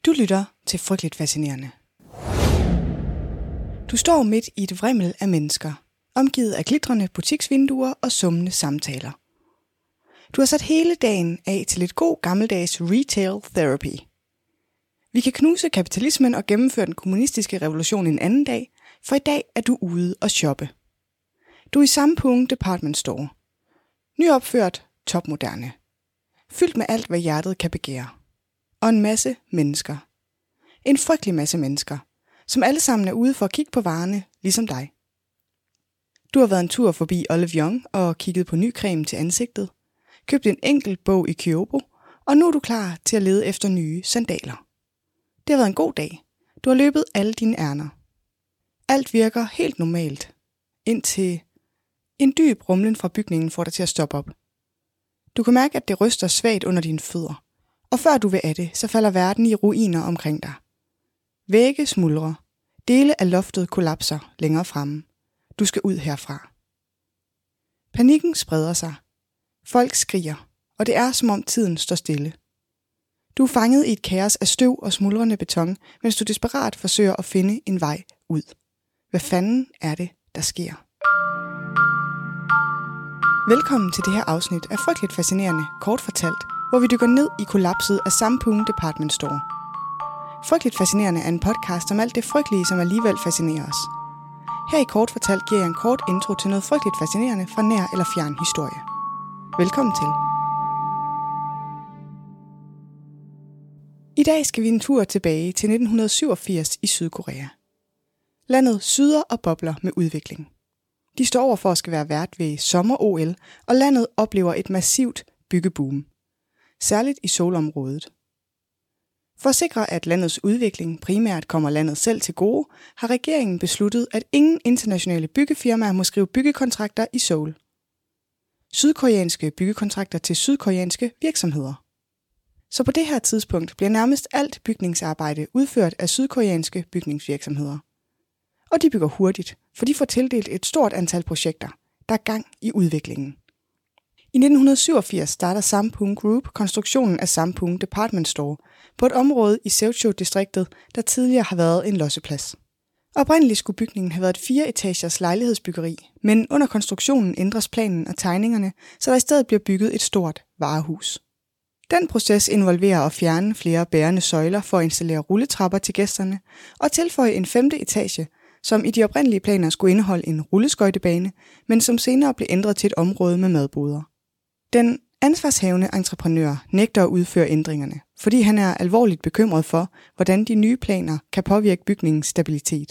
Du lytter til Frygteligt Fascinerende. Du står midt i et vrimmel af mennesker, omgivet af glitrende butiksvinduer og summende samtaler. Du har sat hele dagen af til lidt god gammeldags retail therapy. Vi kan knuse kapitalismen og gennemføre den kommunistiske revolution en anden dag, for i dag er du ude og shoppe. Du er i Sampoong Department Store. Nyopført, topmoderne. Fyldt med alt, hvad hjertet kan begære. Og en masse mennesker. En frygtelig masse mennesker, som alle sammen er ude for at kigge på varerne, ligesom dig. Du har været en tur forbi Olive Young og kigget på ny creme til ansigtet, købt en enkelt bog i Kyobo, og nu er du klar til at lede efter nye sandaler. Det har været en god dag. Du har løbet alle dine ærner. Alt virker helt normalt, indtil en dyb rumlen fra bygningen får dig til at stoppe op. Du kan mærke, at det ryster svagt under dine fødder, og før du vil af det, så falder verden i ruiner omkring dig. Vægge smuldrer, dele af loftet kollapser længere fremme. Du skal ud herfra. Panikken spreder sig. Folk skriger, og det er som om tiden står stille. Du er fanget i et kaos af støv og smuldrende beton, mens du desperat forsøger at finde en vej ud. Hvad fanden er det, der sker? Velkommen til det her afsnit af Frygteligt Fascinerende, kort fortalt, hvor vi dykker ned i kollapset af Sampoong Department Store. Frygteligt Fascinerende er en podcast om alt det frygtelige, som alligevel fascinerer os. Her i kort fortalt giver jeg en kort intro til noget frygteligt fascinerende fra nær eller fjern historie. Velkommen til. I dag skal vi en tur tilbage til 1987 i Sydkorea. Landet syder og bobler med udvikling. De står over for at skal være vært ved sommer-OL, og landet oplever et massivt byggeboom. Særligt i Seoul-området. For at sikre, at landets udvikling primært kommer landet selv til gode, har regeringen besluttet, at ingen internationale byggefirmaer må skrive byggekontrakter i Seoul. Sydkoreanske byggekontrakter til sydkoreanske virksomheder. Så på det her tidspunkt bliver nærmest alt bygningsarbejde udført af sydkoreanske bygningsvirksomheder. Og de bygger hurtigt, for de får tildelt et stort antal projekter, der er gang i udviklingen. I 1987 starter Sampoong Group konstruktionen af Sampoong Department Store på et område i Seocho-distriktet, der tidligere har været en losseplads. Oprindeligt skulle bygningen have været et 4-etagers lejlighedsbyggeri, men under konstruktionen ændres planen og tegningerne, så der i stedet bliver bygget et stort varehus. Den proces involverer at fjerne flere bærende søjler for at installere rulletrapper til gæsterne og tilføje en 5. etage, som i de oprindelige planer skulle indeholde en rulleskøjtebane, men som senere blev ændret til et område med madboder. Den ansvarshavende entreprenør nægter at udføre ændringerne, fordi han er alvorligt bekymret for, hvordan de nye planer kan påvirke bygningens stabilitet.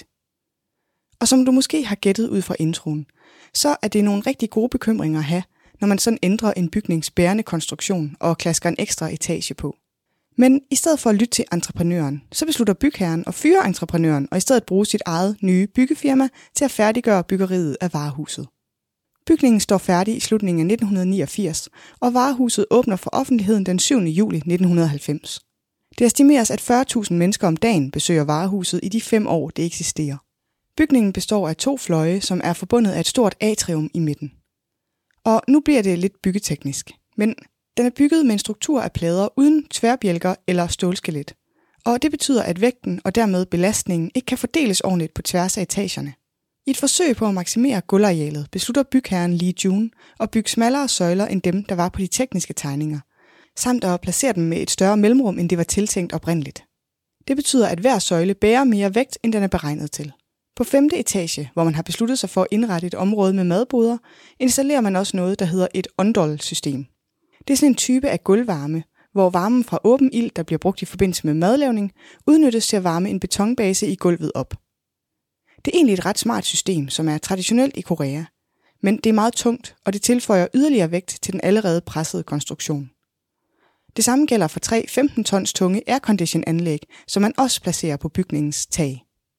Og som du måske har gættet ud fra introen, så er det nogle rigtig gode bekymringer at have, når man sådan ændrer en bygnings bærende konstruktion og klasker en ekstra etage på. Men i stedet for at lytte til entreprenøren, så beslutter bygherren at fyre entreprenøren og i stedet bruge sit eget nye byggefirma til at færdiggøre byggeriet af varehuset. Bygningen står færdig i slutningen af 1989, og varehuset åbner for offentligheden den 7. juli 1990. Det estimeres, at 40.000 mennesker om dagen besøger varehuset i de 5 år, det eksisterer. Bygningen består af 2 fløje, som er forbundet af et stort atrium i midten. Og nu bliver det lidt byggeteknisk, men den er bygget med en struktur af plader uden tværbjælker eller stålskelet. Og det betyder, at vægten og dermed belastningen ikke kan fordeles ordentligt på tværs af etagerne. I et forsøg på at maksimere gulvarealet beslutter bygherren Lee Jun at bygge smallere søjler end dem, der var på de tekniske tegninger, samt at placere dem med et større mellemrum, end det var tiltænkt oprindeligt. Det betyder, at hver søjle bærer mere vægt, end den er beregnet til. På 5. etage, hvor man har besluttet sig for at indrette et område med madboder, installerer man også noget, der hedder et ondol-system. Det er sådan en type af gulvvarme, hvor varmen fra åben ild, der bliver brugt i forbindelse med madlavning, udnyttes til at varme en betonbase i gulvet op. Det er egentlig et ret smart system, som er traditionelt i Korea, men det er meget tungt, og det tilføjer yderligere vægt til den allerede pressede konstruktion. Det samme gælder for 3 15 tons tunge aircondition-anlæg, som man også placerer på bygningens tag.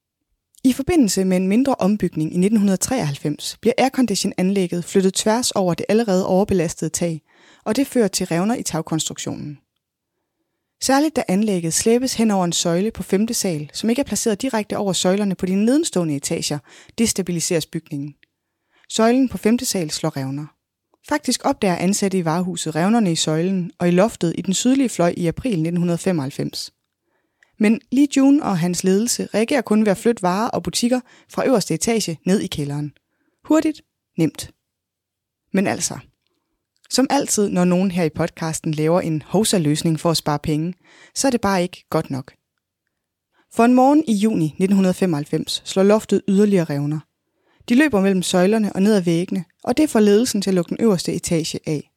I forbindelse med en mindre ombygning i 1993 bliver aircondition-anlægget flyttet tværs over det allerede overbelastede tag, og det fører til revner i tagkonstruktionen. Særligt da anlægget slæbes hen over en søjle på 5. sal, som ikke er placeret direkte over søjlerne på de nedenstående etager, destabiliseres bygningen. Søjlen på 5. sal slår revner. Faktisk opdager ansatte i varehuset revnerne i søjlen og i loftet i den sydlige fløj i april 1995. Men Lee Jun og hans ledelse reagerer kun ved at flytte varer og butikker fra øverste etage ned i kælderen. Hurtigt, nemt. Men altså, som altid, når nogen her i podcasten laver en hovsaløsning for at spare penge, så er det bare ikke godt nok. For en morgen i juni 1995 slår loftet yderligere revner. De løber mellem søjlerne og ned ad væggene, og det får ledelsen til at lukke den øverste etage af.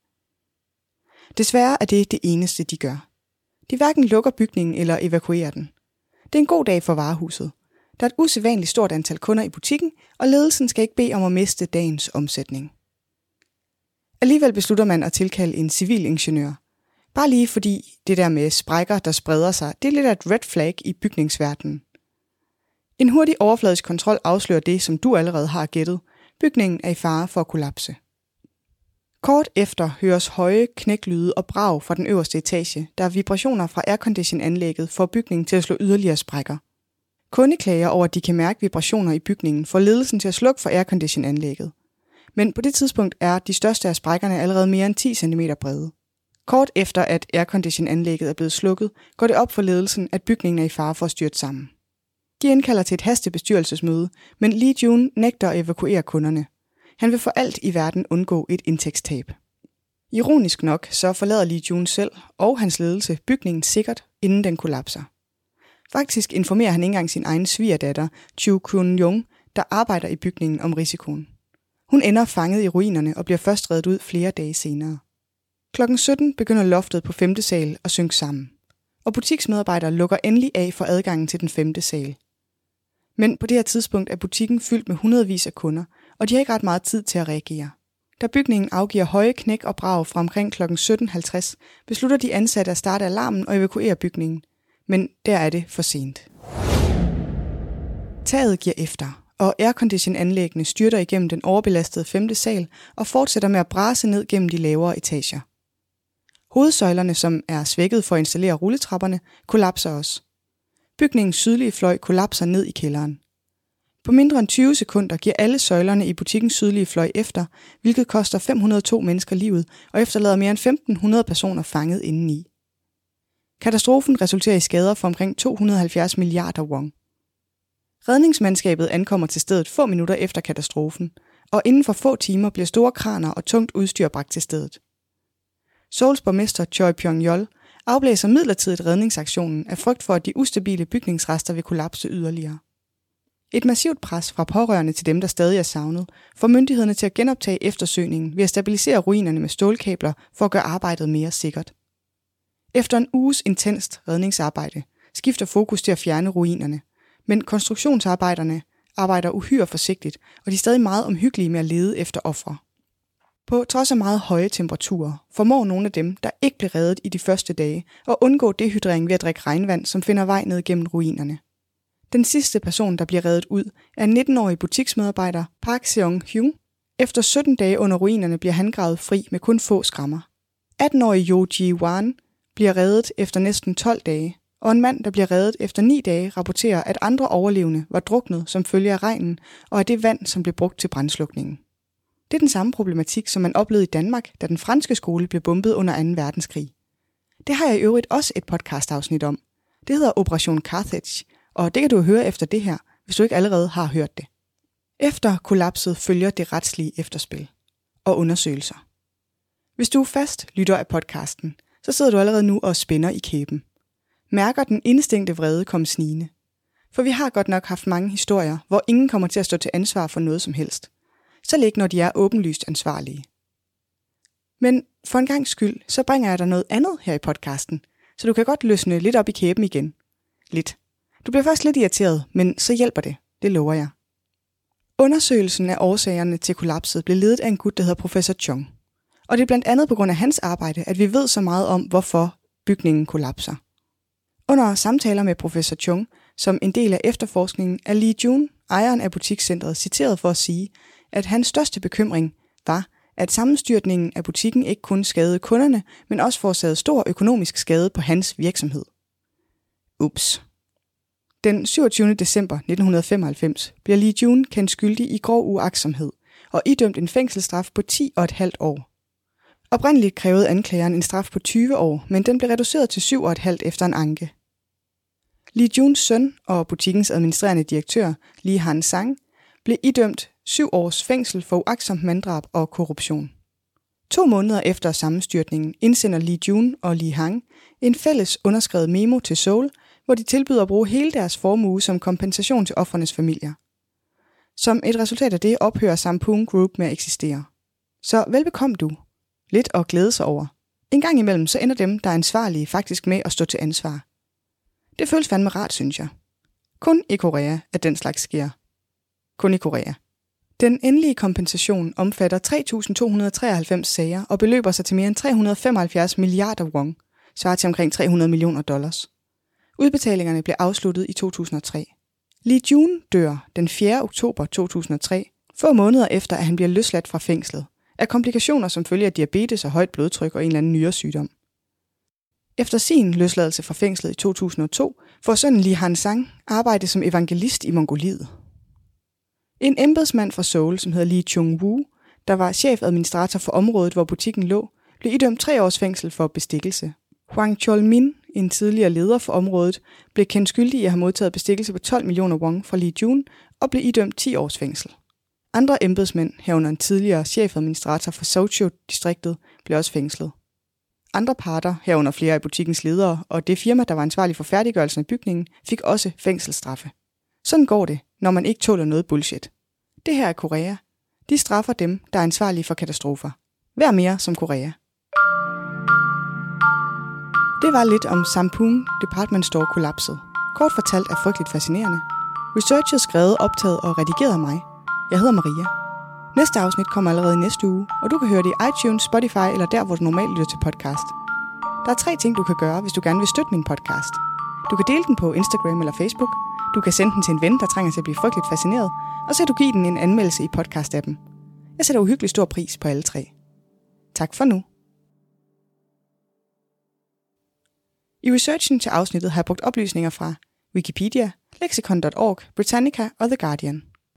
Desværre er det eneste, de gør. De hverken lukker bygningen eller evakuerer den. Det er en god dag for varehuset. Der er et usædvanligt stort antal kunder i butikken, og ledelsen skal ikke bede om at miste dagens omsætning. Alligevel beslutter man at tilkalde en civilingeniør. Bare lige fordi det der med sprækker, der spreder sig, det er lidt af et red flag i bygningsverdenen. En hurtig overfladisk kontrol afslører det, som du allerede har gættet. Bygningen er i fare for at kollapse. Kort efter høres høje knæklyde og brag fra den øverste etage, der er vibrationer fra aircondition-anlægget for bygningen til at slå yderligere sprækker. Kundeklager over, at de kan mærke vibrationer i bygningen, får ledelsen til at slukke for aircondition-anlægget. Men på det tidspunkt er de største af sprækkerne allerede mere end 10 cm brede. Kort efter at aircondition-anlægget er blevet slukket, går det op for ledelsen, at bygningen er i fare for at styrte sammen. De indkalder til et hastebestyrelsesmøde, men Lee Jun nægter at evakuere kunderne. Han vil for alt i verden undgå et indtægtstab. Ironisk nok så forlader Lee Jun selv og hans ledelse bygningen sikkert, inden den kollapser. Faktisk informerer han ikke engang sin egen svigerdatter, Chu Kun-jung, der arbejder i bygningen, om risikoen. Hun ender fanget i ruinerne og bliver først reddet ud flere dage senere. Klokken 17 begynder loftet på 5. sal at synke sammen, og butiksmedarbejdere lukker endelig af for adgangen til den 5. sal. Men på det her tidspunkt er butikken fyldt med hundredvis af kunder, og de har ikke ret meget tid til at reagere. Da bygningen afgiver høje knæk og brag fra omkring kl. 17.50, beslutter de ansatte at starte alarmen og evakuere bygningen. Men der er det for sent. Taget giver efter, og aircondition-anlæggene styrter igennem den overbelastede 5. sal og fortsætter med at brase ned gennem de lavere etager. Hovedsøjlerne, som er svækket for at installere rulletrapperne, kollapser også. Bygningens sydlige fløj kollapser ned i kælderen. På mindre end 20 sekunder giver alle søjlerne i butikkens sydlige fløj efter, hvilket koster 502 mennesker livet og efterlader mere end 1.500 personer fanget indeni. Katastrofen resulterer i skader for omkring 270 milliarder won. Redningsmandskabet ankommer til stedet få minutter efter katastrofen, og inden for få timer bliver store kraner og tungt udstyr bragt til stedet. Seouls borgmester Choi Pyong-jol afblæser midlertidigt redningsaktionen af frygt for, at de ustabile bygningsrester vil kollapse yderligere. Et massivt pres fra pårørende til dem, der stadig er savnet, får myndighederne til at genoptage eftersøgningen ved at stabilisere ruinerne med stålkabler for at gøre arbejdet mere sikkert. Efter en uges intenst redningsarbejde skifter fokus til at fjerne ruinerne, men konstruktionsarbejderne arbejder uhyre forsigtigt, og de er stadig meget omhyggelige med at lede efter ofre. På trods af meget høje temperaturer formår nogle af dem, der ikke blev reddet i de første dage, at undgå dehydrering ved at drikke regnvand, som finder vej ned gennem ruinerne. Den sidste person, der bliver reddet ud, er en 19-årig butiksmedarbejder, Park Seong-hyun. Efter 17 dage under ruinerne bliver han gravet fri med kun få skrammer. 18-årig Jo Ji-wan bliver reddet efter næsten 12 dage, og en mand, der bliver reddet efter 9 dage, rapporterer, at andre overlevende var druknet som følge af regnen og af det vand, som blev brugt til brandslukningen. Det er den samme problematik, som man oplevede i Danmark, da den franske skole blev bombet under 2. verdenskrig. Det har jeg i øvrigt også et podcastafsnit om. Det hedder Operation Carthage, og det kan du høre efter det her, hvis du ikke allerede har hørt det. Efter kollapset følger det retslige efterspil og undersøgelser. Hvis du er fast lytter af podcasten, så sidder du allerede nu og spænder i kæben. Mærker den indestængte vrede komme snigende. For vi har godt nok haft mange historier, hvor ingen kommer til at stå til ansvar for noget som helst. Selv ikke når de er åbenlyst ansvarlige. Men for en gangs skyld, så bringer jeg dig noget andet her i podcasten, så du kan godt løsne lidt op i kæben igen. Lidt. Du bliver først lidt irriteret, men så hjælper det. Det lover jeg. Undersøgelsen af årsagerne til kollapset blev ledet af en gut, der hedder professor Chung. Og det er blandt andet på grund af hans arbejde, at vi ved så meget om, hvorfor bygningen kollapser. Under samtaler med professor Chung, som en del af efterforskningen, er Lee Jun, ejeren af butikscentret, citeret for at sige, at hans største bekymring var, at sammenstyrtningen af butikken ikke kun skadede kunderne, men også forårsagede stor økonomisk skade på hans virksomhed. Ups. Den 27. december 1995 bliver Lee Jun kendt skyldig i grov uagtsomhed og idømt en fængselsstraf på 10,5 år. Oprindeligt krævede anklageren en straf på 20 år, men den blev reduceret til 7,5 efter en anke. Lee Juns søn og butikkens administrerende direktør, Lee Han-sang, blev idømt 7 års fængsel for uagtsomt manddrab og korruption. 2 måneder efter sammenstyrtningen indsender Lee Jun og Lee Hang en fælles underskrevet memo til Seoul, hvor de tilbyder at bruge hele deres formue som kompensation til ofrenes familier. Som et resultat af det ophører Sampoong Group med at eksistere. Så velbekomme du. Lidt at glæde sig over. En gang imellem så ender dem, der er ansvarlige, faktisk med at stå til ansvar. Det føles fandme rart, synes jeg. Kun i Korea, at den slags sker. Kun i Korea. Den endelige kompensation omfatter 3.293 sager og beløber sig til mere end 375 milliarder won, svarer til omkring $300 millioner. Udbetalingerne blev afsluttet i 2003. Lee Jun dør den 4. oktober 2003, få måneder efter at han bliver løsladt fra fængslet, af komplikationer som følge af diabetes og højt blodtryk og en eller anden nyresygdom. Efter sin løsladelse fra fængslet i 2002, får sønnen Lee Han-sang arbejde som evangelist i Mongoliet. En embedsmand fra Seoul, som hedder Lee Chung-woo, der var chefadministrator for området, hvor butikken lå, blev idømt 3 års fængsel for bestikkelse. Hwang Chol-min, en tidligere leder for området, blev kendt skyldig i at have modtaget bestikkelse på 12 millioner won fra Lee Jun og blev idømt 10 års fængsel. Andre embedsmænd, herunder en tidligere chefadministrator for Socho-distriktet, blev også fængslet. Andre parter, herunder flere af butikkens ledere og det firma, der var ansvarlig for færdiggørelsen af bygningen, fik også fængselsstraffe. Sådan går det, når man ikke tåler noget bullshit. Det her er Korea. De straffer dem, der er ansvarlige for katastrofer. Vær mere som Korea. Det var lidt om Sampoong Department Store kollapset. Kort fortalt er frygteligt fascinerende. Researchet skrevet, optaget og redigeret af mig. Jeg hedder Maria. Næste afsnit kommer allerede i næste uge, og du kan høre det i iTunes, Spotify eller der, hvor du normalt lytter til podcast. Der er 3 ting, du kan gøre, hvis du gerne vil støtte min podcast. Du kan dele den på Instagram eller Facebook. Du kan sende den til en ven, der trænger til at blive frygteligt fascineret. Og så kan du give den en anmeldelse i podcast-appen. Jeg sætter uhyggelig stor pris på alle 3. Tak for nu. I researchen til afsnittet har jeg brugt oplysninger fra Wikipedia, Lexicon.org, Britannica og The Guardian.